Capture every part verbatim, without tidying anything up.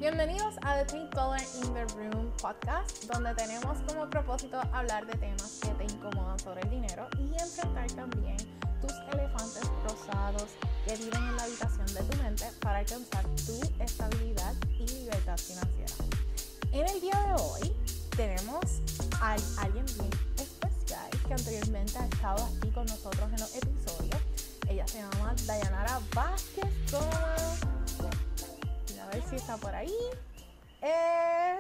Bienvenidos a The Pink Color in the Room podcast, donde tenemos como propósito hablar de temas que te incomodan sobre el dinero y enfrentar también tus elefantes rosados que viven en la habitación de tu mente para alcanzar tu estabilidad y libertad financiera. En el día de hoy tenemos a alguien bien especial que anteriormente ha estado aquí con nosotros en los episodios. Ella se llama Dayanara Vázquez Gómez. A ver si está por ahí. Eh...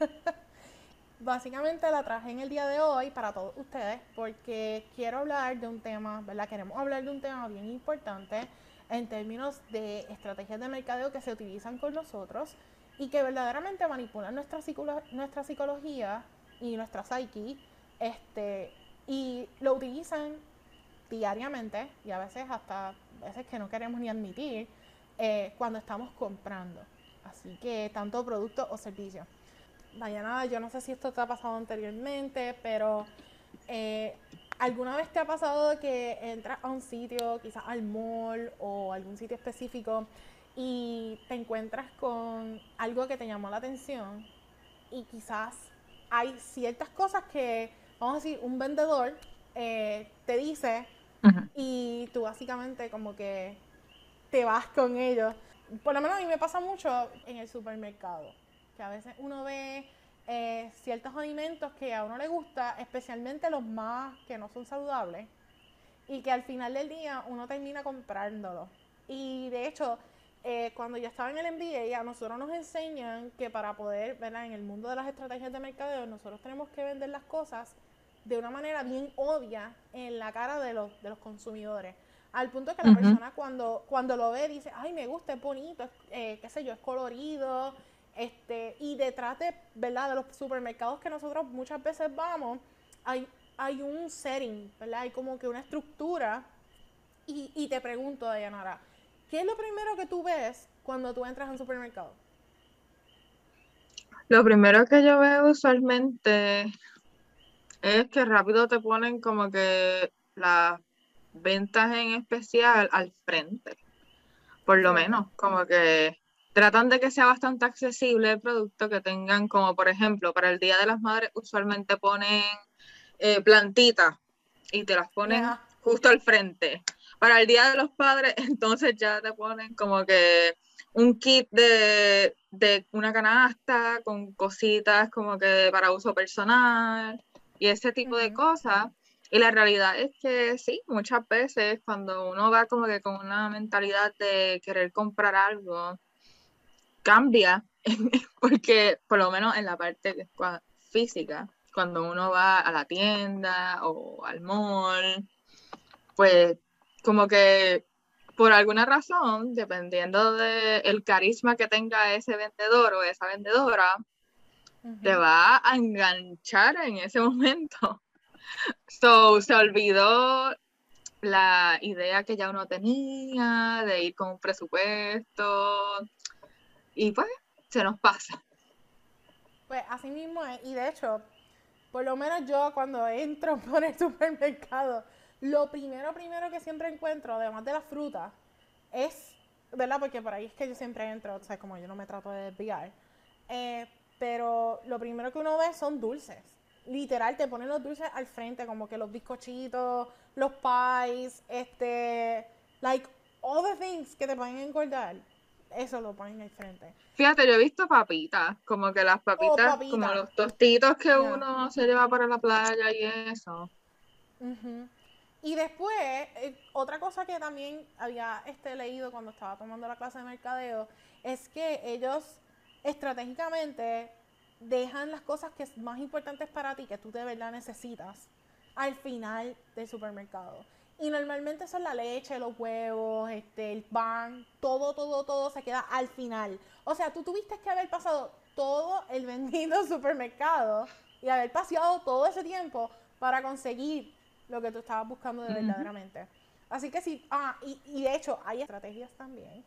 Básicamente la traje en el día de hoy para todos ustedes porque quiero hablar de un tema, ¿verdad? Queremos hablar de un tema bien importante en términos de estrategias de mercadeo que se utilizan con nosotros y que verdaderamente manipulan nuestra, psicolo- nuestra psicología y nuestra psyche, este, y lo utilizan diariamente y a veces hasta a veces que no queremos ni admitir eh, cuando estamos comprando. Así que tanto producto o servicio. Dayanara, yo no sé si esto te ha pasado anteriormente, pero eh, ¿alguna vez te ha pasado que entras a un sitio, quizás al mall o algún sitio específico y te encuentras con algo que te llamó la atención y quizás hay ciertas cosas que, vamos a decir, un vendedor eh, te dice Uh-huh. y tú básicamente como que te vas con ellos? Por lo menos a mí me pasa mucho en el supermercado, que a veces uno ve eh, ciertos alimentos que a uno le gusta, especialmente los más que no son saludables, y que al final del día uno termina comprándolos. Y de hecho, eh, cuando yo estaba en el M B A, a nosotros nos enseñan que para poder, ¿verdad? En el mundo de las estrategias de mercadeo, nosotros tenemos que vender las cosas de una manera bien obvia en la cara de los, de los consumidores. Al punto que la Uh-huh. persona cuando, cuando lo ve dice, ay, me gusta, es bonito, es, eh, qué sé yo, es colorido. Este, y detrás de, ¿verdad? De los supermercados que nosotros muchas veces vamos, hay, hay un setting, ¿verdad? Hay como que una estructura. Y, y te pregunto, Dayanara, ¿qué es lo primero que tú ves cuando tú entras a un supermercado? Lo primero que yo veo usualmente es que rápido te ponen como que las ventas en especial al frente, por lo Cierto. menos, como que tratan de que sea bastante accesible el producto, que tengan como por ejemplo para el Día de las Madres usualmente ponen eh, plantitas y te las ponen Yeah. justo al frente. Para el Día de los Padres, entonces ya te ponen como que un kit de, de una canasta con cositas como que para uso personal y ese tipo de Uh-huh. cosas. Y la realidad es que sí, muchas veces cuando uno va como que con una mentalidad de querer comprar algo, cambia, porque por lo menos en la parte física, cuando uno va a la tienda o al mall, pues como que por alguna razón, dependiendo del carisma que tenga ese vendedor o esa vendedora, te Uh-huh. va a enganchar en ese momento. So, se olvidó la idea que ya uno tenía de ir con un presupuesto y pues se nos pasa. Pues así mismo es. Y de hecho, por lo menos yo cuando entro por el supermercado, lo primero, primero que siempre encuentro, además de la fruta, es, ¿verdad? Porque por ahí es que yo siempre entro, o sea, como yo no me trato de desviar. Eh, pero lo primero que uno ve son dulces. Literal, te ponen los dulces al frente, como que los bizcochitos, los pies, este, like, all the things que te pueden engordar, eso lo ponen al frente. Fíjate, yo he visto papitas, como que las Oh, papitas, como papita. los tostitos que Yeah. uno se lleva para la playa y eso. Uh-huh. Y después, eh, otra cosa que también había este, leído cuando estaba tomando la clase de mercadeo, es que ellos estratégicamente dejan las cosas que es más importantes para ti, que tú de verdad necesitas, al final del supermercado. Y normalmente son la leche, los huevos, este, el pan, todo, todo, todo se queda al final. O sea, tú tuviste que haber pasado todo el bendito supermercado y haber paseado todo ese tiempo para conseguir lo que tú estabas buscando de Uh-huh. verdaderamente. Así que sí, ah, y, y de hecho hay estrategias también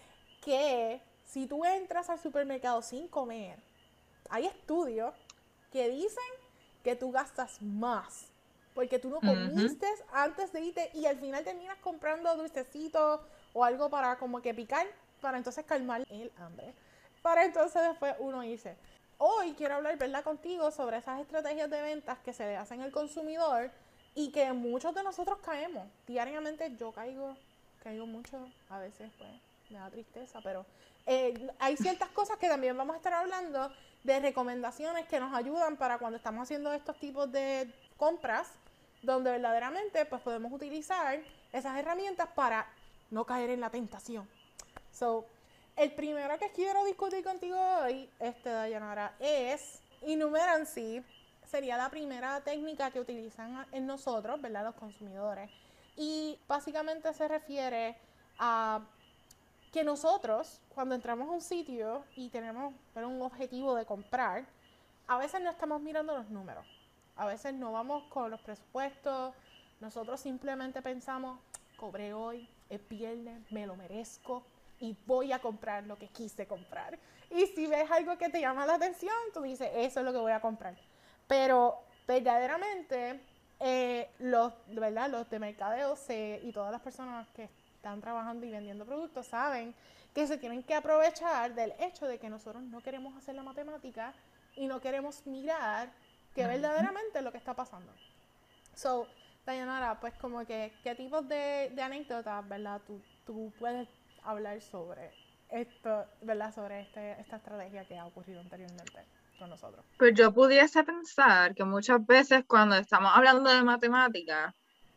que si tú entras al supermercado sin comer, hay estudios que dicen que tú gastas más porque tú no Uh-huh. comiste antes de irte y al final terminas comprando dulcecitos o algo para como que picar para entonces calmar el hambre. para entonces después uno irse. Hoy quiero hablar, ¿verdad?, contigo sobre esas estrategias de ventas que se le hacen al consumidor y que muchos de nosotros caemos. Diariamente yo caigo, caigo mucho, a veces pues me da tristeza, pero eh, hay ciertas cosas que también vamos a estar hablando de recomendaciones que nos ayudan para cuando estamos haciendo estos tipos de compras, donde verdaderamente pues podemos utilizar esas herramientas para no caer en la tentación. So, el primero que quiero discutir contigo hoy, este, Dayanara, es innumeracy. Sería la primera técnica que utilizan en nosotros, ¿verdad?, los consumidores. Y básicamente se refiere a que nosotros, cuando entramos a un sitio y tenemos, ¿verdad?, un objetivo de comprar, a veces no estamos mirando los números. A veces no vamos con los presupuestos. Nosotros simplemente pensamos, cobré hoy, es viernes, me lo merezco y voy a comprar lo que quise comprar. Y si ves algo que te llama la atención, tú dices, eso es lo que voy a comprar. Pero verdaderamente, eh, los, ¿verdad?, los de mercadeo se, y todas las personas que están trabajando y vendiendo productos saben que se tienen que aprovechar del hecho de que nosotros no queremos hacer la matemática y no queremos mirar que uh-huh. verdaderamente es lo que está pasando. So, Dayanara, pues como que, ¿qué tipos de, de anécdotas, verdad, tú, tú puedes hablar sobre esto, verdad, sobre este, esta estrategia que ha ocurrido anteriormente con nosotros? Pues yo pudiese pensar que muchas veces cuando estamos hablando de matemáticas,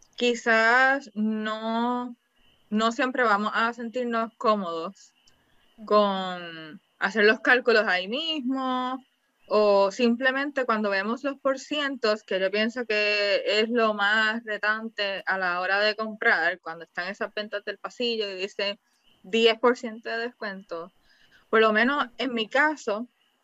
quizás no, no siempre vamos a sentirnos cómodos uh-huh. con hacer los cálculos ahí mismo, o simplemente cuando vemos los porcientos, que yo pienso que es lo más retante a la hora de comprar, cuando están esas ventas del pasillo y dice diez por ciento de descuento. Por lo menos en mi caso,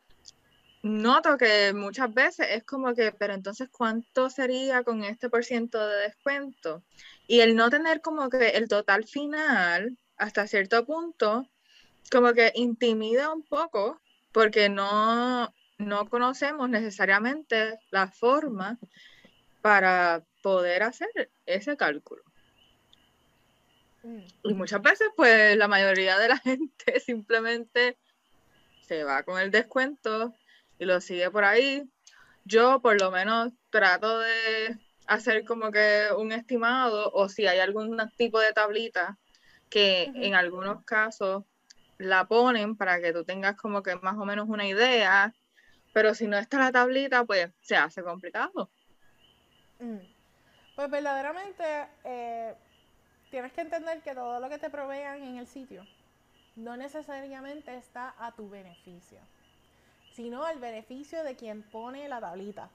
noto que muchas veces es como que, pero entonces, ¿cuánto sería con este por ciento de descuento? Y el no tener como que el total final, hasta cierto punto, como que intimida un poco, porque no, no conocemos necesariamente la forma para poder hacer ese cálculo. Mm. Y muchas veces, pues, la mayoría de la gente simplemente se va con el descuento y lo sigue por ahí. Yo, por lo menos, trato de hacer como que un estimado, o si hay algún tipo de tablita que uh-huh. en algunos casos la ponen para que tú tengas como que más o menos una idea, pero si no está la tablita, pues se hace complicado. Mm. Pues verdaderamente eh, tienes que entender que todo lo que te provean en el sitio no necesariamente está a tu beneficio, sino al beneficio de quien pone la tablita.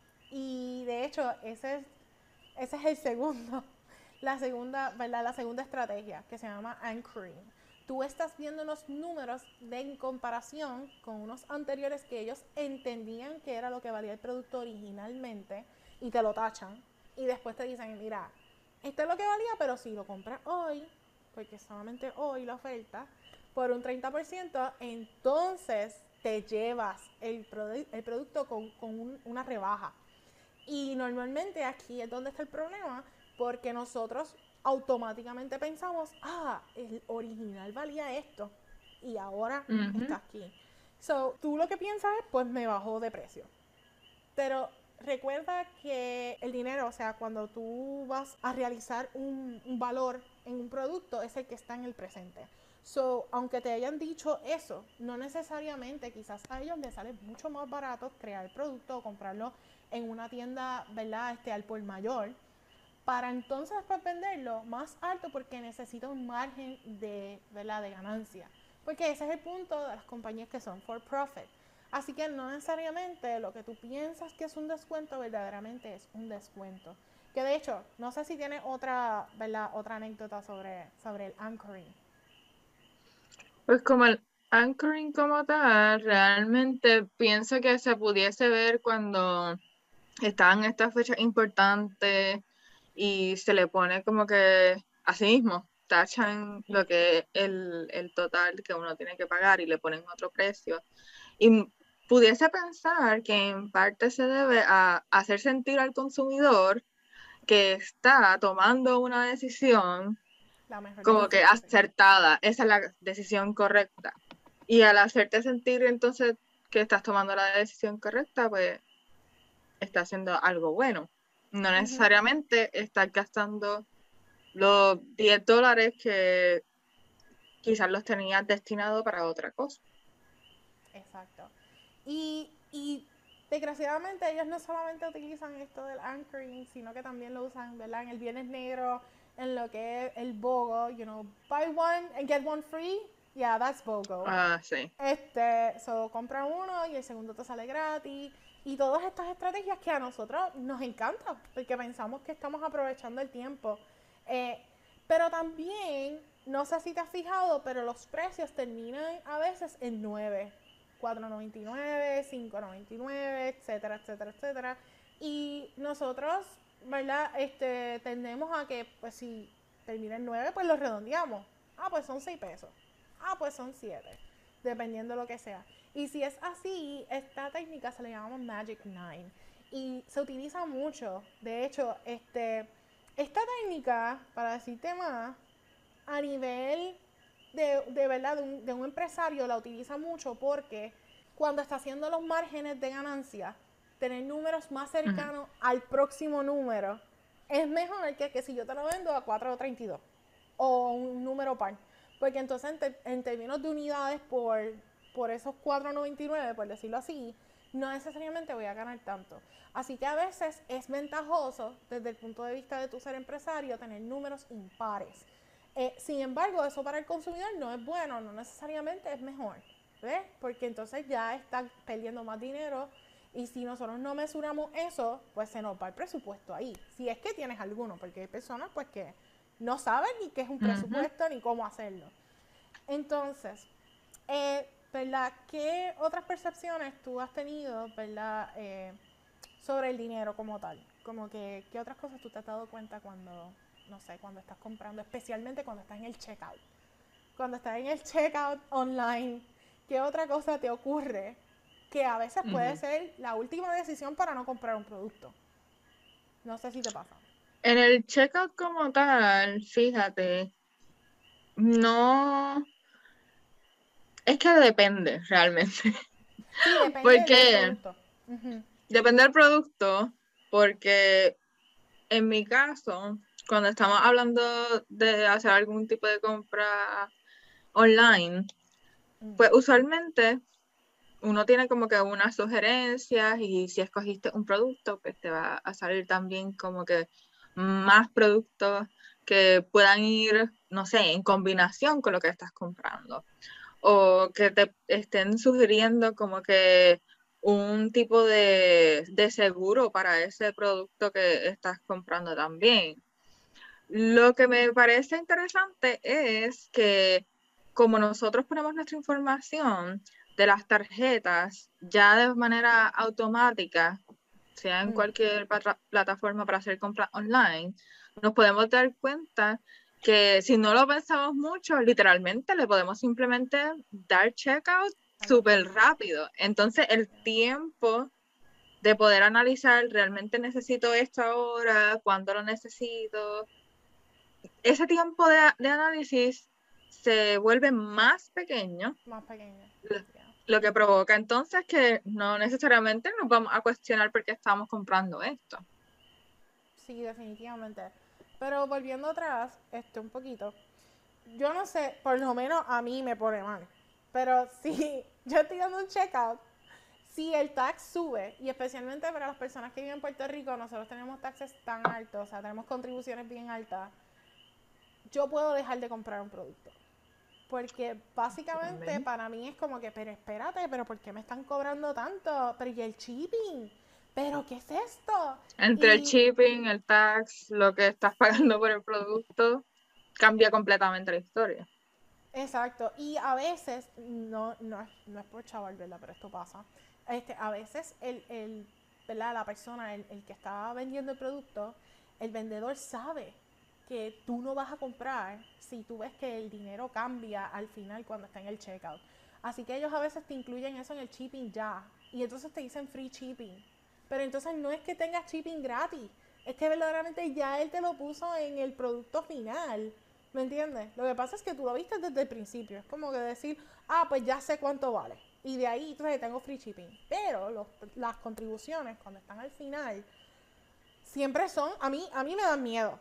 Y de hecho, ese es, ese es el segundo, la segunda, ¿verdad? La segunda estrategia, que se llama anchoring. Tú estás viendo unos números de en comparación con unos anteriores que ellos entendían que era lo que valía el producto originalmente y te lo tachan. Y después te dicen, mira, esto es lo que valía, pero si lo compras hoy, porque solamente hoy la oferta, por un treinta por ciento, entonces te llevas el, produ- el producto con, con un, una rebaja. Y normalmente aquí es donde está el problema, porque nosotros automáticamente pensamos, ah, el original valía esto y ahora uh-huh. está aquí. So, tú lo que piensas es, pues me bajó de precio. Pero recuerda que el dinero, o sea, cuando tú vas a realizar un, un valor en un producto, es el que está en el presente. So, aunque te hayan dicho eso, no necesariamente, quizás a ellos les sale mucho más barato crear el producto o comprarlo en una tienda, ¿verdad?, este, al por mayor, para entonces después venderlo más alto porque necesita un margen de, ¿verdad?, de ganancia. Porque ese es el punto de las compañías que son for profit. Así que no necesariamente lo que tú piensas que es un descuento verdaderamente es un descuento. Que de hecho, no sé si tienes otra, ¿verdad?, otra anécdota sobre, sobre el anchoring. Pues como el anchoring como tal, realmente pienso que se pudiese ver cuando están estas fechas importantes y se le pone como que así mismo, tachan lo que es el, el total que uno tiene que pagar y le ponen otro precio. Y pudiese pensar que en parte se debe a hacer sentir al consumidor que está tomando una decisión como que acertada, esa es la decisión correcta. Y al hacerte sentir entonces que estás tomando la decisión correcta, pues estás haciendo algo bueno. No Ujú. necesariamente estás gastando los diez dólares que quizás los tenías destinados para otra cosa. Exacto. Y, y desgraciadamente ellos no solamente utilizan esto del anchoring, sino que también lo usan, ¿verdad? En el Viernes Negro, en lo que es el BOGO, you know, buy one and get one free. Yeah, that's BOGO. Ah, sí. Este, so compra uno y el segundo te sale gratis. Y todas estas estrategias que a nosotros nos encantan, porque pensamos que estamos aprovechando el tiempo. Eh, pero también, no sé si te has fijado, pero los precios terminan a veces en nueve, cuatro noventa y nueve, cinco noventa y nueve, etcétera, etcétera, etcétera. Y nosotros, ¿verdad? Este, tendemos a que, pues si termina en nueve, pues lo redondeamos. Ah, pues son seis pesos. Ah, pues son siete, dependiendo de lo que sea. Y si es así, esta técnica se le llama Magic Nine y se utiliza mucho. De hecho, este, esta técnica, para decirte más, a nivel de, de verdad, de un, de un empresario la utiliza mucho porque cuando está haciendo los márgenes de ganancia, tener números más cercanos uh-huh. al próximo número es mejor que, que si yo te lo vendo a cuatro treinta y dos o un número par. Porque entonces en, te, en términos de unidades por, por esos cuatro noventa y nueve, por decirlo así, no necesariamente voy a ganar tanto. Así que a veces es ventajoso desde el punto de vista de tu ser empresario tener números impares. Eh, sin embargo, eso para el consumidor no es bueno, no necesariamente es mejor, ¿ves? Porque entonces ya está perdiendo más dinero y si nosotros no mesuramos eso, pues se nos va el presupuesto ahí. Si es que tienes alguno, porque hay personas pues que no saben ni qué es un presupuesto uh-huh. ni cómo hacerlo. Entonces, eh, ¿verdad? ¿Qué otras percepciones tú has tenido, ¿verdad? Eh, sobre el dinero como tal? Como que, ¿qué otras cosas tú te has dado cuenta cuando, no sé, cuando estás comprando, especialmente cuando estás en el checkout? Cuando estás en el checkout online, ¿qué otra cosa te ocurre que a veces puede uh-huh. ser la última decisión para no comprar un producto? No sé si te pasa. En el checkout como tal, fíjate, no, es que depende realmente. Sí, depende porque del producto. Uh-huh. Depende del producto, porque en mi caso, cuando estamos hablando de hacer algún tipo de compra online, uh-huh. pues usualmente uno tiene como que unas sugerencias y si escogiste un producto, pues te va a salir también como que más productos que puedan ir, no sé, en combinación con lo que estás comprando. O que te estén sugiriendo como que un tipo de, de seguro para ese producto que estás comprando también. Lo que me parece interesante es que como nosotros ponemos nuestra información de las tarjetas ya de manera automática, sea en cualquier patra- plataforma para hacer compras online, nos podemos dar cuenta que si no lo pensamos mucho, literalmente le podemos simplemente dar checkout súper rápido. Entonces el tiempo de poder analizar, realmente necesito esto ahora, cuándo lo necesito, ese tiempo de, de análisis se vuelve más pequeño. Más pequeño. Lo, yeah. lo que provoca entonces que no necesariamente nos vamos a cuestionar por qué estamos comprando esto. Sí, definitivamente. Pero volviendo atrás, este, un poquito, yo no sé, por lo menos a mí me pone mal, pero si yo estoy dando un checkout, si el tax sube, y especialmente para las personas que viven en Puerto Rico, nosotros tenemos taxes tan altos, o sea, tenemos contribuciones bien altas, yo puedo dejar de comprar un producto. Porque básicamente También. para mí es como que, pero espérate, pero ¿por qué me están cobrando tanto? Pero ¿y el shipping? ¿Pero qué es esto? Entre y, el shipping, el tax, lo que estás pagando por el producto, cambia completamente la historia. Exacto, y a veces, no, no, es, no es por chaval, ¿verdad? Pero esto pasa. Este, a veces el, el, ¿verdad? La persona, el, el que está vendiendo el producto, el vendedor sabe que tú no vas a comprar si tú ves que el dinero cambia al final cuando está en el checkout. Así que ellos a veces te incluyen eso en el shipping ya. Y entonces te dicen free shipping. Pero entonces no es que tengas shipping gratis. Es que verdaderamente ya él te lo puso en el producto final. ¿Me entiendes? Lo que pasa es que tú lo viste desde el principio. Es como que decir, ah, pues ya sé cuánto vale. Y de ahí, entonces tengo free shipping. Pero los, las contribuciones, cuando están al final, siempre son, a mí, a mí me dan miedo.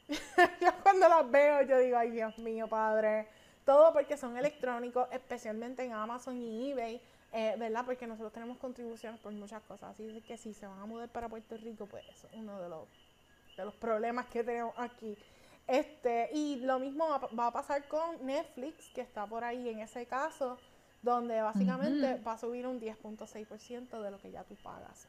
Yo cuando las veo, yo digo, ay Dios mío, padre. Todo porque son electrónicos, especialmente en Amazon y eBay, eh, ¿verdad? Porque nosotros tenemos contribuciones por muchas cosas. Así que si se van a mudar para Puerto Rico, pues eso es uno de los, de los problemas que tenemos aquí. Este, y lo mismo va, va a pasar con Netflix, que está por ahí en ese caso, donde básicamente Uh-huh. va a subir un diez punto seis por ciento de lo que ya tú pagas.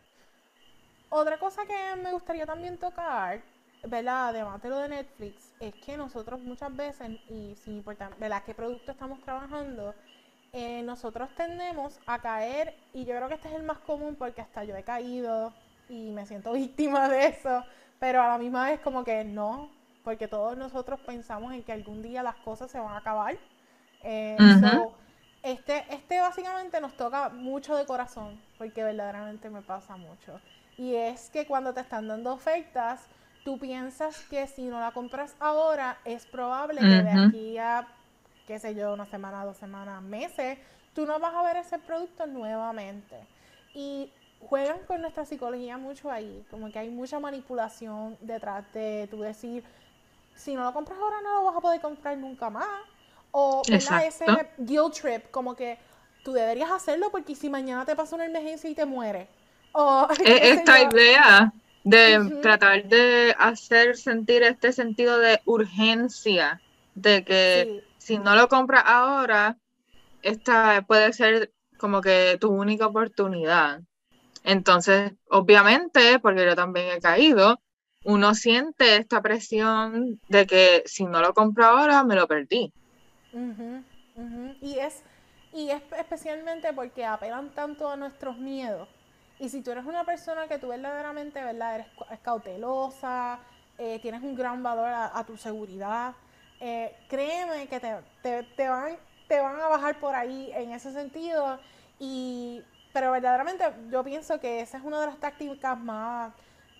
Otra cosa que me gustaría también tocar, ¿verdad? Además de lo de Netflix, es que nosotros muchas veces, y sin importar, ¿verdad?, qué producto estamos trabajando, eh, nosotros tendemos a caer, y yo creo que este es el más común porque hasta yo he caído y me siento víctima de eso, pero a la misma vez como que no, porque todos nosotros pensamos en que algún día las cosas se van a acabar. Eh, Uh-huh. so, este, este básicamente nos toca mucho de corazón, porque verdaderamente me pasa mucho. Y es que cuando te están dando ofertas, tú piensas que si no la compras ahora, es probable que de Uh-huh. aquí a, qué sé yo, una semana, dos semanas, meses, tú no vas a ver ese producto nuevamente. Y juegan con nuestra psicología mucho ahí, como que hay mucha manipulación detrás de tú decir, si no lo compras ahora no lo vas a poder comprar nunca más. O, ¿verdad? Exacto. Ese guilt trip, como que tú deberías hacerlo porque si mañana te pasa una emergencia y te mueres. O, qué E- sé yo. Esta idea de Ujú. tratar de hacer sentir este sentido de urgencia, de que Sí. si no lo compras ahora, esta puede ser como que tu única oportunidad. Entonces, obviamente, porque yo también he caído, uno siente esta presión de que si no lo compro ahora, me lo perdí. Ujú, ujú. Y es, y es especialmente porque apelan tanto a nuestros miedos. Y si tú eres una persona que tú verdaderamente, ¿verdad?, eres cautelosa, eh, tienes un gran valor a, a tu seguridad, eh, créeme que te, te, te, van, te van a bajar por ahí en ese sentido. Y, pero verdaderamente yo pienso que esa es una de las tácticas más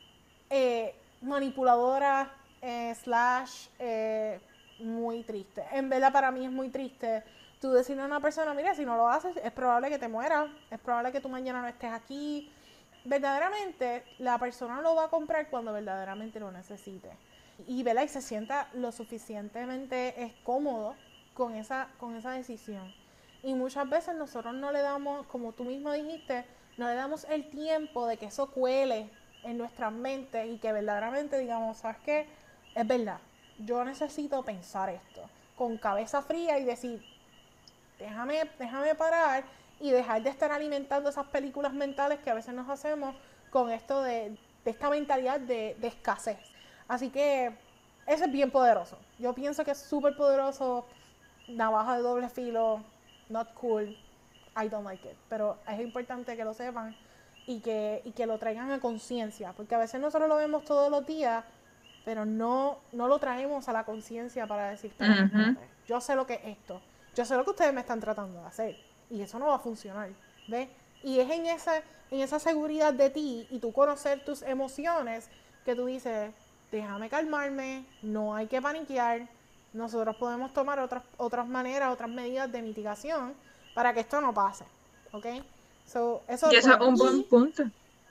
eh, manipuladora, eh, slash, eh, muy triste. En verdad para mí es muy triste tú decirle a una persona, mira, si no lo haces es probable que te mueras, es probable que tú mañana no estés aquí. Verdaderamente la persona lo va a comprar cuando verdaderamente lo necesite. Y, ¿verdad?, y se sienta lo suficientemente es cómodo con esa, con esa decisión. Y muchas veces nosotros no le damos, como tú mismo dijiste, no le damos el tiempo de que eso cuele en nuestras mentes y que verdaderamente digamos, ¿sabes qué? Es verdad, yo necesito pensar esto con cabeza fría y decir, déjame, déjame parar y dejar de estar alimentando esas películas mentales que a veces nos hacemos con esto de, de esta mentalidad de, de escasez. Así que eso es bien poderoso. Yo pienso que es súper poderoso, navaja de doble filo, not cool, I don't like it. Pero es importante que lo sepan y que, y que lo traigan a conciencia, porque a veces nosotros lo vemos todos los días, pero no, no lo traemos a la conciencia para decir, espérate, Ujú. espérate, yo sé lo que es esto, yo sé lo que ustedes me están tratando de hacer, y eso no va a funcionar, ¿ves? Y es en esa, en esa seguridad de ti y tú conocer tus emociones que tú dices, déjame calmarme, no hay que paniquear, nosotros podemos tomar otras, otras maneras, otras medidas de mitigación para que esto no pase, ¿ok? So, eso Y es eso es bueno. un buen Y punto.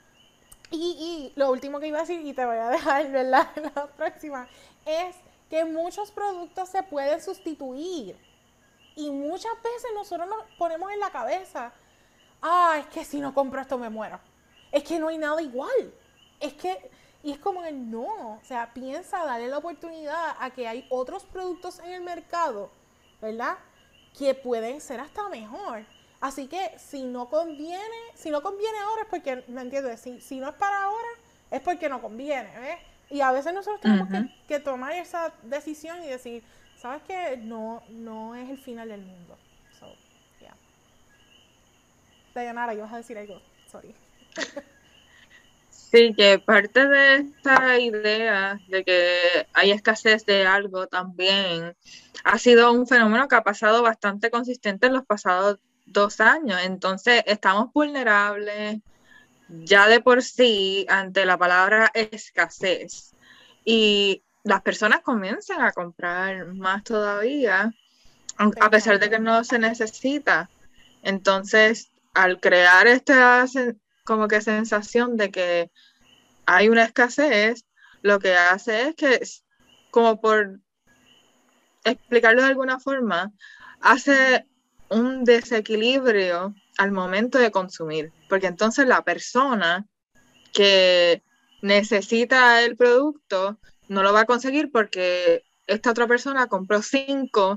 y, y lo último que iba a decir, y te voy a dejar, ¿verdad?, la próxima, es que muchos productos se pueden sustituir. Y muchas veces nosotros nos ponemos en la cabeza, ah, es que si no compro esto me muero. Es que no hay nada igual. Es que, y es como que no, o sea, piensa, darle la oportunidad a que hay otros productos en el mercado, ¿verdad?, que pueden ser hasta mejor. Así que si no conviene, si no conviene ahora es porque, ¿me entiendes? Si, si no es para ahora, es porque no conviene, ¿ves? Y a veces nosotros tenemos que, Ujú. que tomar esa decisión y decir, ¿sabes qué? No, no es el final del mundo. So, yeah. Dayanara, ibas a decir algo. Sorry. Sí, que parte de esta idea de que hay escasez de algo también ha sido un fenómeno que ha pasado bastante consistente en los pasados dos años. Entonces, estamos vulnerables ya de por sí ante la palabra escasez. Y las personas comienzan a comprar más todavía, a pesar de que no se necesita. Entonces, al crear esta como que sensación de que hay una escasez, lo que hace es que, como por explicarlo de alguna forma, hace un desequilibrio al momento de consumir, porque entonces la persona que necesita el producto no lo va a conseguir porque esta otra persona compró cinco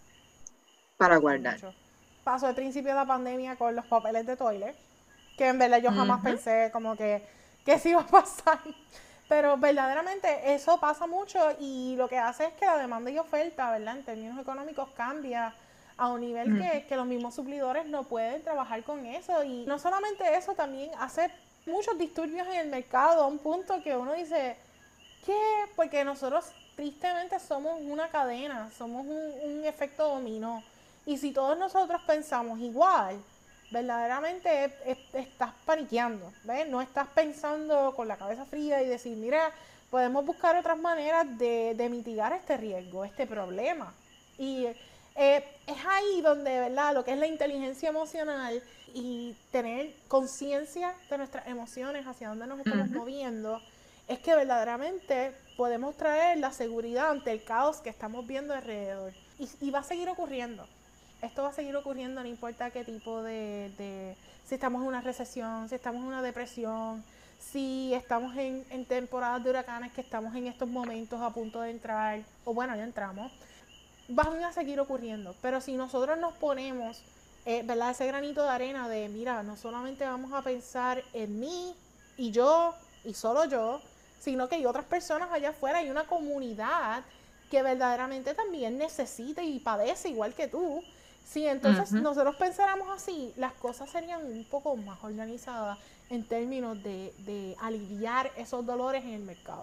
para guardar. Mucho. Pasó al principio de la pandemia con los papeles de toilet, que en verdad yo jamás uh-huh. pensé como que, que sí iba a pasar. Pero verdaderamente eso pasa mucho y lo que hace es que la demanda y oferta, ¿verdad? En términos económicos cambia a un nivel uh-huh. que, que los mismos suplidores no pueden trabajar con eso. Y no solamente eso, también hace muchos disturbios en el mercado a un punto que uno dice, ¿qué? Porque nosotros tristemente somos una cadena, somos un, un efecto dominó. Y si todos nosotros pensamos igual, verdaderamente es, es, estás paniqueando, ¿ves? No estás pensando con la cabeza fría y decir, mira, podemos buscar otras maneras de, de mitigar este riesgo, este problema. Y eh, es ahí donde, ¿verdad? Lo que es la inteligencia emocional y tener conciencia de nuestras emociones, hacia dónde nos estamos uh-huh. moviendo, es que verdaderamente podemos traer la seguridad ante el caos que estamos viendo alrededor. Y, y va a seguir ocurriendo. Esto va a seguir ocurriendo, no importa qué tipo de, de... Si estamos en una recesión, si estamos en una depresión, si estamos en, en temporadas de huracanes, que estamos en estos momentos a punto de entrar, o bueno, ya entramos, van a seguir ocurriendo. Pero si nosotros nos ponemos, eh, ¿verdad? Ese granito de arena de, mira, no solamente vamos a pensar en mí y yo y solo yo, sino que hay otras personas allá afuera, hay una comunidad que verdaderamente también necesita y padece igual que tú. Si entonces uh-huh. nosotros pensáramos así, las cosas serían un poco más organizadas en términos de, de aliviar esos dolores en el mercado.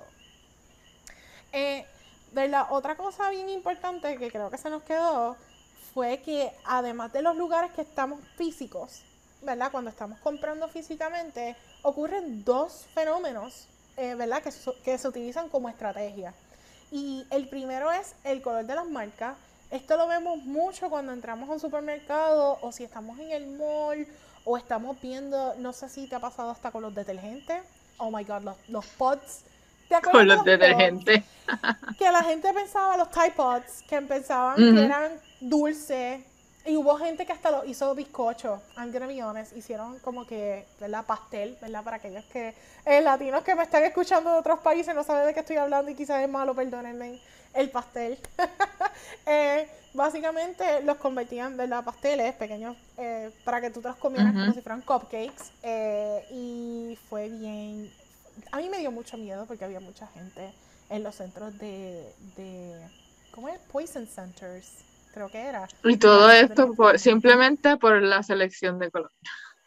Eh, ¿verdad? Otra cosa bien importante que creo que se nos quedó fue que además de los lugares que estamos físicos, ¿verdad? Cuando estamos comprando físicamente, ocurren dos fenómenos, eh, ¿verdad? Que, so, que se utilizan como estrategia. Y el primero es el color de las marcas. Esto lo vemos mucho cuando entramos a un supermercado o si estamos en el mall o estamos viendo, no sé si te ha pasado hasta con los detergentes. Oh my God, los, los pods. ¿Te acuerdas con los, de los detergentes? Que la gente pensaba, los Tide Pods, que pensaban uh-huh. que eran dulces. Y hubo gente que hasta lo hizo bizcocho, I'm gonna be honest, hicieron como que, ¿verdad? Pastel, ¿verdad? Para aquellos que, eh, latinos que me están escuchando de otros países, no saben de qué estoy hablando y quizás es malo, perdónenme, el pastel. eh, básicamente los convertían, ¿verdad? Pasteles pequeños, eh, para que tú te los comieras uh-huh. como si fueran cupcakes, eh, y fue bien, a mí me dio mucho miedo porque había mucha gente en los centros de, de ¿cómo es? Poison centers. Creo que era. Y todo esto por, simplemente por la selección de color.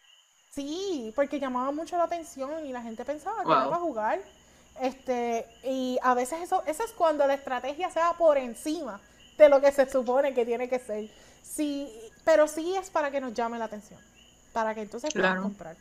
Sí, porque llamaba mucho la atención y la gente pensaba que wow. era para jugar. Este, y a veces eso, eso es cuando la estrategia se va por encima de lo que se supone que tiene que ser. Sí, pero sí es para que nos llame la atención, para que entonces claro. podamos comprar.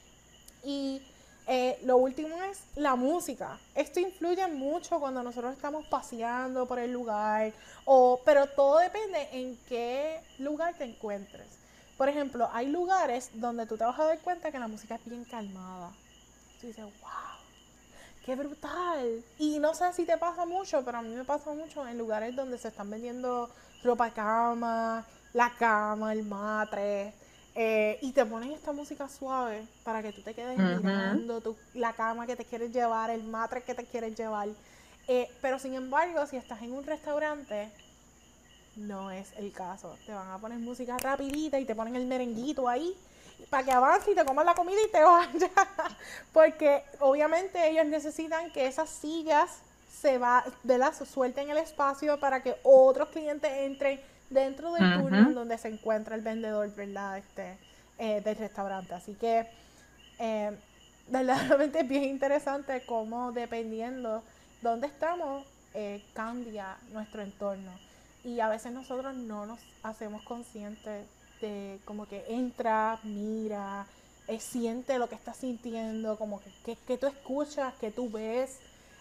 Y eh, lo último es la música. Esto influye mucho cuando nosotros estamos paseando por el lugar, o, pero todo depende en qué lugar te encuentres. Por ejemplo, hay lugares donde tú te vas a dar cuenta que la música es bien calmada. Tú dices, wow, qué brutal. Y no sé si te pasa mucho, pero a mí me pasa mucho en lugares donde se están vendiendo ropa de cama, la cama, el matre. Eh, y te ponen esta música suave para que tú te quedes uh-huh. mirando tu, la cama que te quieres llevar, el matre que te quieres llevar. Eh, pero sin embargo, si estás en un restaurante, no es el caso. Te van a poner música rapidita y te ponen el merenguito ahí para que avances y te comas la comida y te vayas. Porque obviamente ellos necesitan que esas sillas se va, ¿verdad? suelten el espacio para que otros clientes entren dentro del uh-huh. turno en donde se encuentra el vendedor, ¿verdad? Este, eh, del restaurante. Así que eh, verdaderamente es bien interesante cómo dependiendo dónde estamos, eh, cambia nuestro entorno. Y a veces nosotros no nos hacemos conscientes de como que entra, mira, eh, siente lo que estás sintiendo, como que, que, que tú escuchas, que tú ves.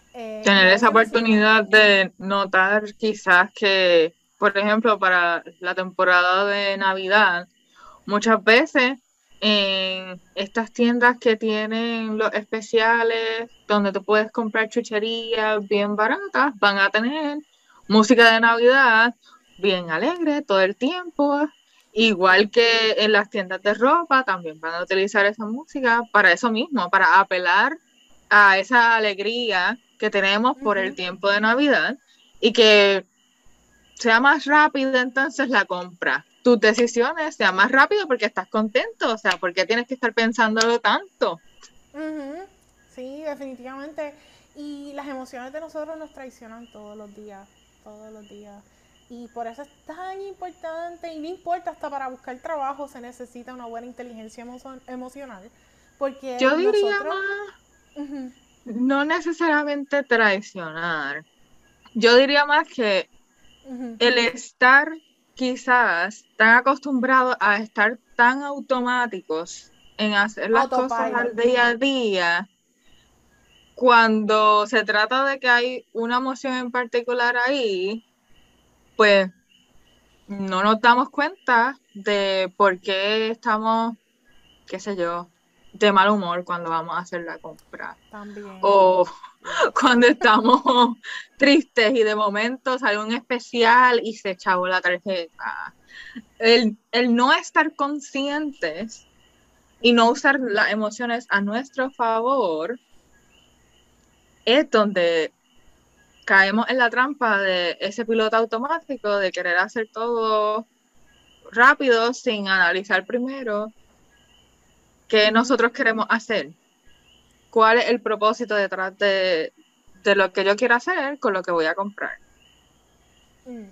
Eh, y Tener a esa veces ni siquiera. oportunidad de notar quizás que, por ejemplo, para la temporada de Navidad, muchas veces en estas tiendas que tienen los especiales, donde te puedes comprar chucherías bien baratas, van a tener música de Navidad bien alegre todo el tiempo. Igual que en las tiendas de ropa, también van a utilizar esa música para eso mismo, para apelar a esa alegría que tenemos por el Ujú. tiempo de Navidad y que sea más rápida entonces la compra. Tus decisiones sean más rápido porque estás contento, o sea, ¿por qué tienes que estar pensándolo tanto? Ujú. Sí, definitivamente. Y las emociones de nosotros nos traicionan todos los días, todos los días. Y por eso es tan importante, y no importa, hasta para buscar trabajo se necesita una buena inteligencia emo- emocional, porque Yo diría nosotros, más, ujú, no necesariamente traicionar, yo diría más que ujú, el estar quizás tan acostumbrado a estar tan automáticos en hacer las cosas autopilot. al día a día, cuando se trata de que hay una emoción en particular ahí, pues no nos damos cuenta de por qué estamos, qué sé yo, de mal humor cuando vamos a hacer la compra. También, O yes. cuando estamos tristes y de momento sale un especial y se echó la tarjeta. El, el no estar conscientes y no usar las emociones a nuestro favor es donde caemos en la trampa de ese piloto automático de querer hacer todo rápido sin analizar primero qué Ujú. nosotros queremos hacer, cuál es el propósito detrás de, de lo que yo quiero hacer con lo que voy a comprar. Mm,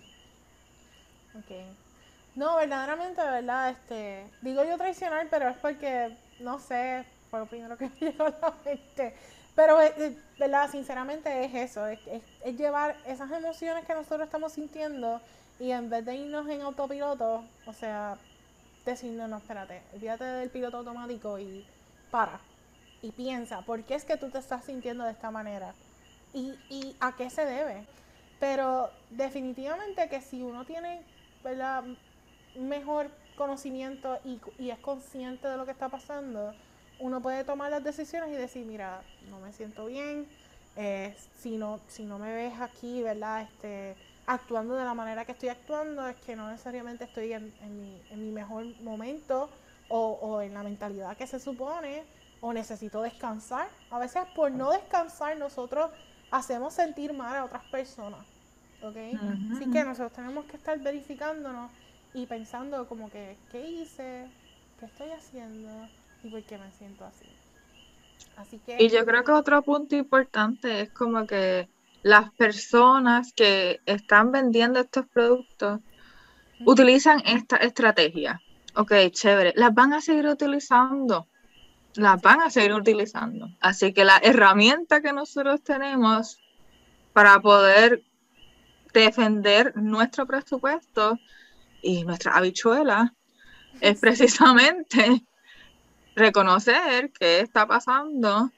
ok. No, verdaderamente, de verdad, este, digo yo traicionar, pero es porque, no sé, fue lo primero que me llegó a la mente. Pero, eh, eh, verdad, sinceramente es eso, es, es, es llevar esas emociones que nosotros estamos sintiendo y en vez de irnos en autopiloto, o sea, decir, no, no, espérate, olvídate del piloto automático y para. Y piensa, ¿por qué es que tú te estás sintiendo de esta manera? ¿Y, y a qué se debe? Pero definitivamente que si uno tiene, ¿verdad?, mejor conocimiento y, y es consciente de lo que está pasando, uno puede tomar las decisiones y decir, mira, no me siento bien, eh, si, no, si no me ves aquí, ¿verdad?, este, actuando de la manera que estoy actuando, es que no necesariamente estoy en, en, mi, en mi mejor momento o, o en la mentalidad que se supone, o necesito descansar. A veces por no descansar nosotros hacemos sentir mal a otras personas, ¿ok? Así que Uh-huh. nosotros tenemos que estar verificándonos y pensando como que, ¿qué hice? ¿Qué estoy haciendo? ¿Y por qué me siento así? Así que, Y yo creo que otro punto importante es como que las personas que están vendiendo estos productos uh-huh, utilizan esta estrategia. Ok, chévere, las van a seguir utilizando, las sí. van a seguir utilizando. Así que la herramienta que nosotros tenemos para poder defender nuestro presupuesto y nuestra habichuela es Sí. precisamente reconocer qué está pasando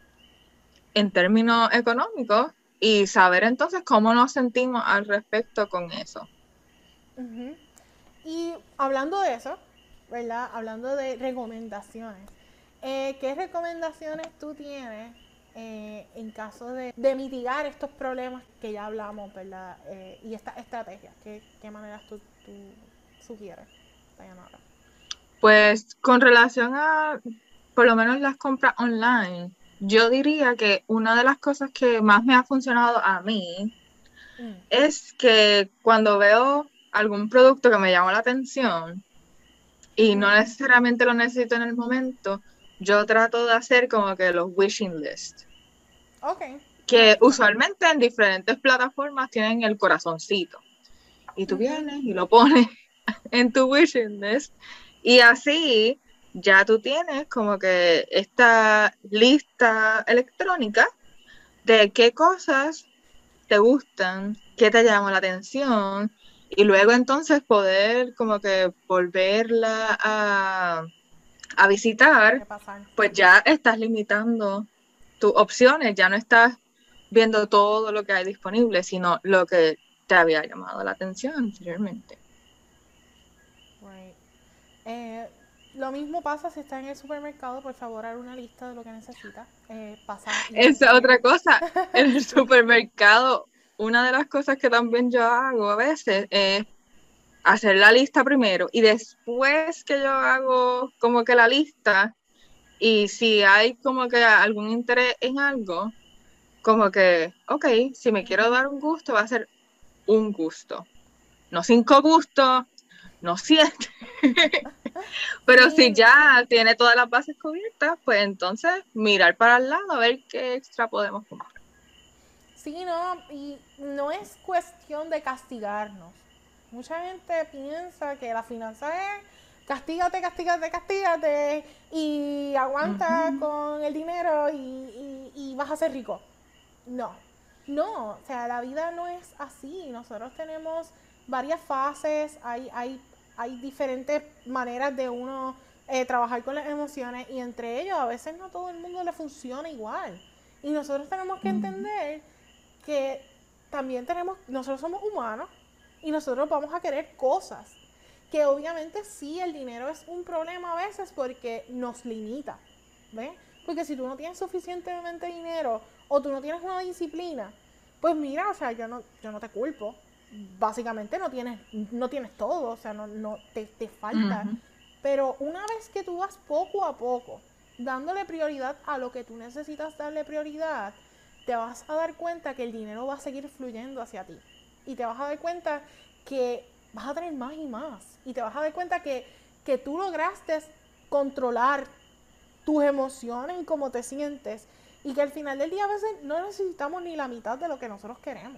en términos económicos y saber entonces cómo nos sentimos al respecto con eso. Uh-huh. Y hablando de eso, ¿verdad? Hablando de recomendaciones, eh, ¿qué recomendaciones tú tienes eh, en caso de, de, mitigar estos problemas que ya hablamos, ¿verdad? Eh, y estas estrategias, ¿qué, qué maneras tú, tú sugieres, Dayanara? Pues con relación a por lo menos las compras online, yo diría que una de las cosas que más me ha funcionado a mí Mm. es que cuando veo algún producto que me llama la atención y no Uh-huh. necesariamente lo necesito en el momento, yo trato de hacer como que los wishing list, Ok, que nice. usualmente en diferentes plataformas tienen el corazoncito. Y tú Uh-huh. vienes y lo pones en tu wishing list y así ya tú tienes como que esta lista electrónica de qué cosas te gustan, qué te llama la atención y luego entonces poder como que volverla a, a visitar, Repasar. pues ya estás limitando tus opciones, ya no estás viendo todo lo que hay disponible, sino lo que te había llamado la atención anteriormente. Right. Eh, lo mismo pasa si estás en el supermercado, por favor, haz una lista de lo que necesitas. Eh, pasa Esa igual. otra cosa, en el supermercado, una de las cosas que también yo hago a veces es hacer la lista primero y después que yo hago como que la lista y si hay como que algún interés en algo, como que, ok, si me quiero dar un gusto, va a ser un gusto. No cinco gustos, no siete. Pero si Sí, ya tiene todas las bases cubiertas, pues entonces mirar para el lado a ver qué extra podemos comprar. sí, no, y no es cuestión de castigarnos. Mucha gente piensa que la finanza es castígate, castígate, castígate y aguanta Uh-huh. con el dinero y, y, y vas a ser rico. No, no, o sea, la vida no es así. Nosotros tenemos varias fases, hay, hay, hay diferentes maneras de uno eh, trabajar con las emociones y entre ellos a veces no todo el mundo le funciona igual. Y nosotros tenemos que Uh-huh. entender que también tenemos, nosotros somos humanos y nosotros vamos a querer cosas. Que obviamente sí, el dinero es un problema a veces porque nos limita, ¿ves? Porque si tú no tienes suficientemente dinero o tú no tienes una disciplina, pues mira, o sea, yo no, yo no te culpo. Básicamente no tienes, no tienes todo, o sea, no, no te, te falta. Uh-huh. Pero una vez que tú vas poco a poco dándole prioridad a lo que tú necesitas darle prioridad, te vas a dar cuenta que el dinero va a seguir fluyendo hacia ti. Y te vas a dar cuenta que vas a tener más y más. Y te vas a dar cuenta que, que tú lograste controlar tus emociones y cómo te sientes. Y que al final del día a veces no necesitamos ni la mitad de lo que nosotros queremos.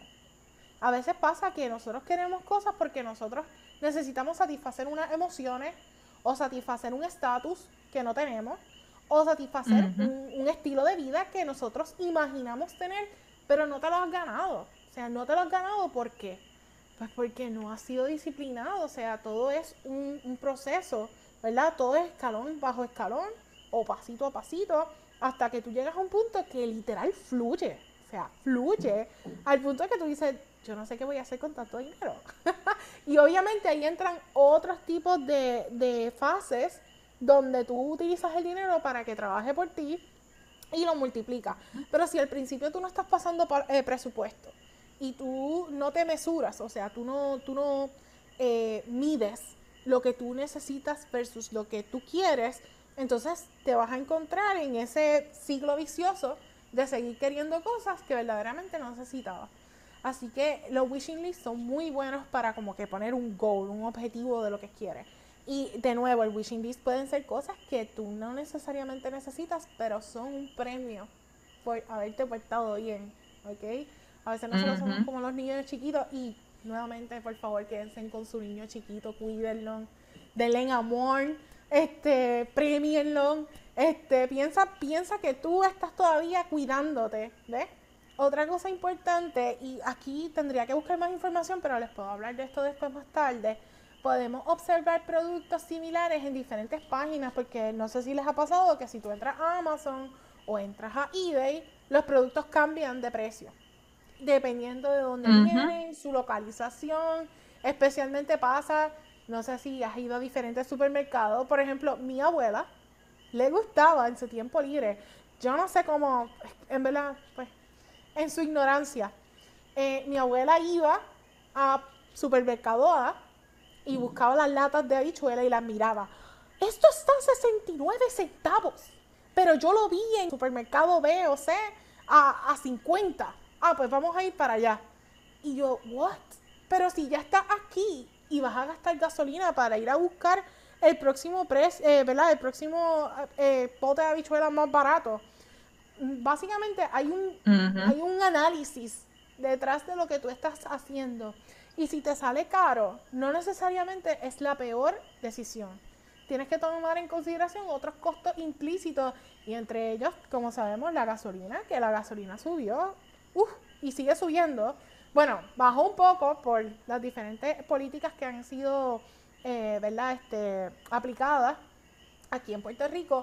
A veces pasa que nosotros queremos cosas porque nosotros necesitamos satisfacer unas emociones o satisfacer un estatus que no tenemos o satisfacer Uh-huh. un, un estilo de vida que nosotros imaginamos tener, pero no te lo has ganado. O sea, no te lo has ganado ¿por qué? Pues porque no has sido disciplinado. O sea, todo es un, un proceso, ¿verdad? Todo es escalón bajo escalón o pasito a pasito hasta que tú llegas a un punto que literal fluye. O sea, fluye al punto que tú dices, yo no sé qué voy a hacer con tanto dinero. Y obviamente ahí entran otros tipos de, de fases donde tú utilizas el dinero para que trabaje por ti y lo multiplicas. Pero si al principio tú no estás pasando por, eh, presupuesto y tú no te mesuras, o sea, tú no, tú no eh, mides lo que tú necesitas versus lo que tú quieres, entonces te vas a encontrar en ese ciclo vicioso de seguir queriendo cosas que verdaderamente no necesitabas. Así que los wishing lists son muy buenos para como que poner un goal, un objetivo de lo que quieres. Y de nuevo, el wishing list pueden ser cosas que tú no necesariamente necesitas, pero son un premio por haberte portado bien, ¿ok? A veces nosotros somos Uh-huh. como los niños chiquitos y nuevamente, por favor, quédense con su niño chiquito, cuídenlo, denle amor, este, premienlo, este, piensa, piensa que tú estás todavía cuidándote, ¿ves? Otra cosa importante, y aquí tendría que buscar más información, pero les puedo hablar de esto después más tarde. Podemos observar productos similares en diferentes páginas, porque no sé si les ha pasado que si tú entras a Amazon o entras a eBay, los productos cambian de precio, dependiendo de dónde Uh-huh. vienen, su localización. Especialmente pasa, no sé si has ido a diferentes supermercados. Por ejemplo, mi abuela le gustaba en su tiempo libre. Yo no sé cómo, en verdad, pues en su ignorancia. Eh, mi abuela iba a supermercado A y buscaba las latas de habichuela y las miraba. Esto está a sesenta y nueve centavos, pero yo lo vi en supermercado B o C a, a cincuenta. Ah, pues vamos a ir para allá. Y yo, ¿what? Pero si ya estás aquí y vas a gastar gasolina para ir a buscar el próximo precio, eh, ¿verdad? El próximo eh, pote de habichuelas más barato. Básicamente hay un, Uh-huh. hay un análisis detrás de lo que tú estás haciendo. Y si te sale caro, no necesariamente es la peor decisión. Tienes que tomar en consideración otros costos implícitos y entre ellos, como sabemos, la gasolina, que la gasolina subió uf, y sigue subiendo. Bueno, bajó un poco por las diferentes políticas que han sido eh, ¿verdad? Este, aplicadas aquí en Puerto Rico,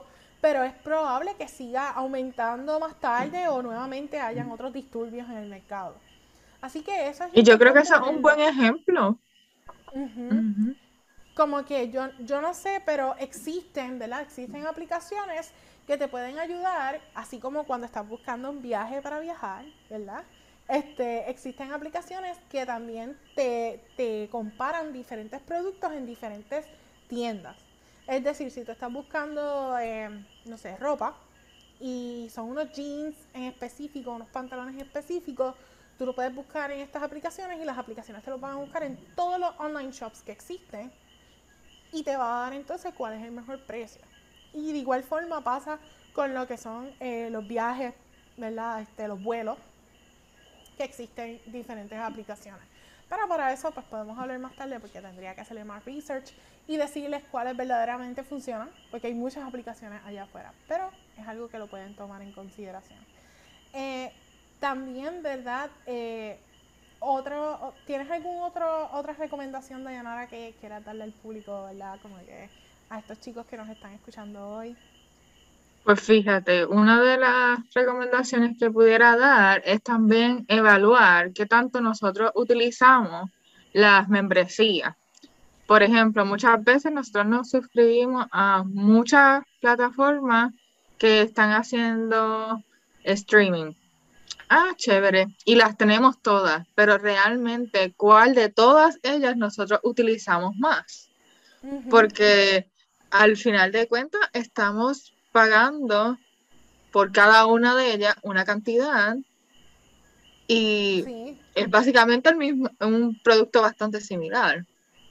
pero es probable que siga aumentando más tarde o nuevamente hayan otros disturbios en el mercado. Así que eso es Y yo creo que importante eso es un buen verlo. ejemplo. Ujú. Ujú. Como que yo, yo no sé, pero existen, ¿verdad? Existen aplicaciones que te pueden ayudar, así como cuando estás buscando un viaje para viajar, ¿verdad? Este, existen aplicaciones que también te, te comparan diferentes productos en diferentes tiendas. Es decir, si tú estás buscando, eh, no sé, ropa, y son unos jeans en específico, unos pantalones específicos, tú lo puedes buscar en estas aplicaciones y las aplicaciones te lo van a buscar en todos los online shops que existen y te va a dar entonces cuál es el mejor precio. Y de igual forma pasa con lo que son eh, los viajes, ¿verdad? Este, los vuelos, que existen diferentes aplicaciones. Pero para eso pues podemos hablar más tarde porque tendría que hacerle más research y decirles cuáles verdaderamente funcionan, porque hay muchas aplicaciones allá afuera, pero es algo que lo pueden tomar en consideración. Eh, también, ¿verdad? Eh, otro, ¿Tienes algún otro otra recomendación, Dayanara, que quieras darle al público, ¿verdad? Como que a estos chicos que nos están escuchando hoy. Pues fíjate, una de las recomendaciones que pudiera dar es también evaluar qué tanto nosotros utilizamos las membresías. Por ejemplo, muchas veces nosotros nos suscribimos a muchas plataformas que están haciendo streaming. Ah, chévere. Y las tenemos todas, pero realmente, ¿cuál de todas ellas nosotros utilizamos más? Ujú. Porque al final de cuentas estamos pagando por cada una de ellas una cantidad y Sí, es básicamente el mismo, un producto bastante similar.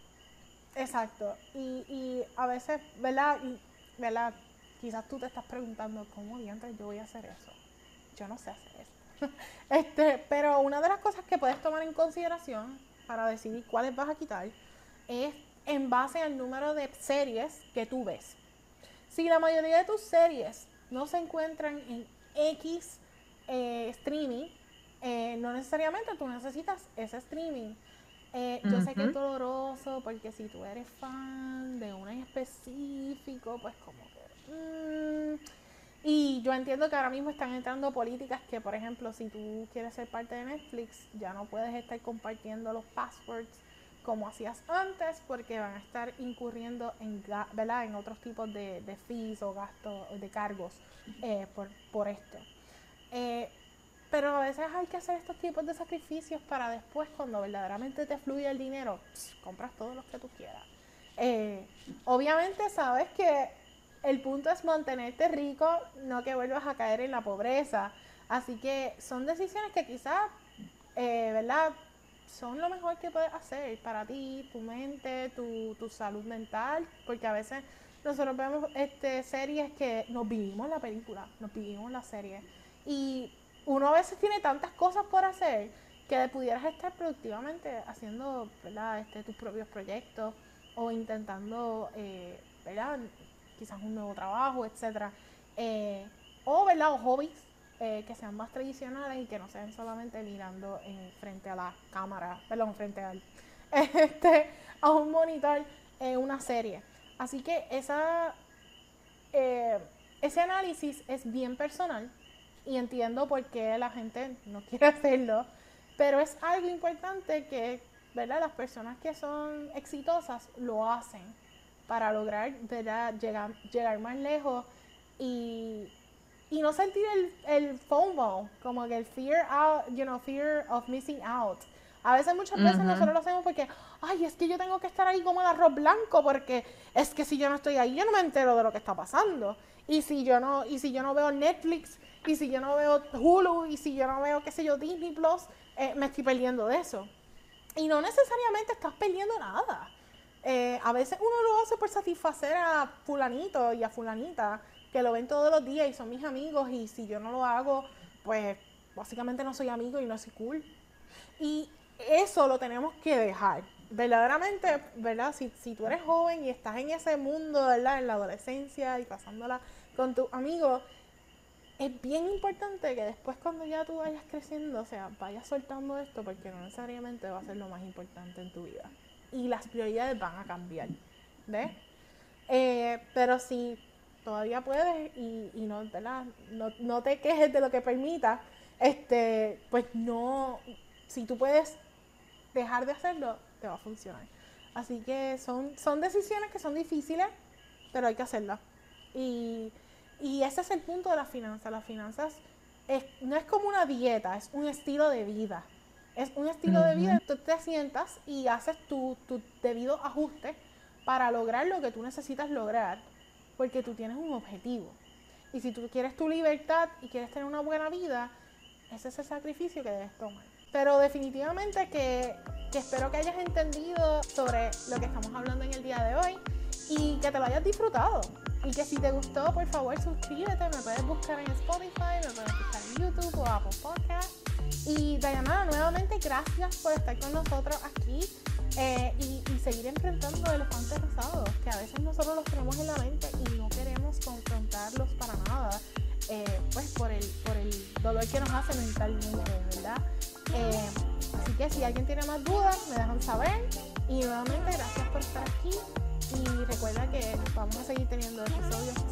exacto. Y, y a veces, ¿verdad? Y, ¿verdad? Quizás tú te estás preguntando, ¿cómo diantres yo voy a hacer eso? Yo no sé hacer eso. Este, pero una de las cosas que puedes tomar en consideración para decidir cuáles vas a quitar es en base al número de series que tú ves. Si la mayoría de tus series no se encuentran en X eh, streaming, eh, no necesariamente tú necesitas ese streaming. Eh, yo sé que es Ujú. doloroso porque si tú eres fan de uno en específico, pues como que... mm, y yo entiendo que ahora mismo están entrando políticas que, por ejemplo, si tú quieres ser parte de Netflix, ya no puedes estar compartiendo los passwords como hacías antes, porque van a estar incurriendo en, ¿verdad? En otros tipos de, de fees o gastos, de cargos eh, por, por esto. Eh, pero a veces hay que hacer estos tipos de sacrificios para después, cuando verdaderamente te fluye el dinero, pss, compras todos los que tú quieras. Eh, obviamente sabes que el punto es mantenerte rico, no que vuelvas a caer en la pobreza. Así que son decisiones que quizás, eh, ¿verdad? Son lo mejor que puedes hacer para ti, tu mente, tu, tu salud mental, porque a veces nosotros vemos este, series que nos vivimos la película, nos vivimos la serie. Y uno a veces tiene tantas cosas por hacer que pudieras estar productivamente haciendo, ¿verdad? Este, tus propios proyectos o intentando, eh, ¿verdad? Quizás un nuevo trabajo, etcétera. Eh, o, ¿verdad? O hobbies eh, que sean más tradicionales y que no sean solamente mirando en frente a la cámara, perdón, frente al, este, a un monitor en una serie. Así que esa, eh, ese análisis es bien personal y entiendo por qué la gente no quiere hacerlo, pero es algo importante que, ¿verdad? Las personas que son exitosas lo hacen para lograr, ¿verdad? Llegar, llegar más lejos y, y no sentir el, el FOMO, como que el fear, out, you know, fear of missing out. A veces, muchas veces Ujú. nosotros lo hacemos porque, ay, es que yo tengo que estar ahí como el arroz blanco, porque es que si yo no estoy ahí, yo no me entero de lo que está pasando. Y si yo no, y si yo no veo Netflix, y si yo no veo Hulu, y si yo no veo, qué sé yo, Disney Plus, eh, me estoy perdiendo de eso. Y no necesariamente estás perdiendo nada. Eh, a veces uno lo hace por satisfacer a fulanito y a fulanita, que lo ven todos los días y son mis amigos, y si yo no lo hago, pues básicamente no soy amigo y no soy cool. Y eso lo tenemos que dejar. Verdaderamente, ¿verdad? Si, si tú eres joven y estás en ese mundo, ¿verdad? En la adolescencia y pasándola con tus amigos, es bien importante que después cuando ya tú vayas creciendo, o sea, vayas soltando esto porque no necesariamente va a ser lo más importante en tu vida. Y las prioridades van a cambiar, ¿ves? Eh, pero sí, todavía puedes y, y no, ¿verdad? No, no te quejes de lo que permita, este, pues no, si tú puedes dejar de hacerlo, te va a funcionar. Así que son, son decisiones que son difíciles, pero hay que hacerlas. Y, y ese es el punto de las finanzas. Las finanzas es, no es como una dieta, es un estilo de vida. Es un estilo uh-huh. de vida, tú te sientas y haces tu, tu debido ajuste para lograr lo que tú necesitas lograr, porque tú tienes un objetivo. Y si tú quieres tu libertad y quieres tener una buena vida, ese es el sacrificio que debes tomar. Pero definitivamente que, que espero que hayas entendido sobre lo que estamos hablando en el día de hoy y que te lo hayas disfrutado. Y que si te gustó, por favor, suscríbete. Me puedes buscar en Spotify, me puedes buscar en YouTube o Apple Podcast. Y Dayanara, nuevamente, gracias por estar con nosotros aquí eh, y, y seguir enfrentando elefantes rosados, que a veces nosotros los tenemos en la mente y no queremos confrontarlos para nada, eh, pues por el, por el dolor que nos hace mentalmente, ¿verdad? Eh, así que si alguien tiene más dudas, me dejan saber. Y nuevamente, gracias por estar aquí. Y recuerda que vamos a seguir teniendo episodios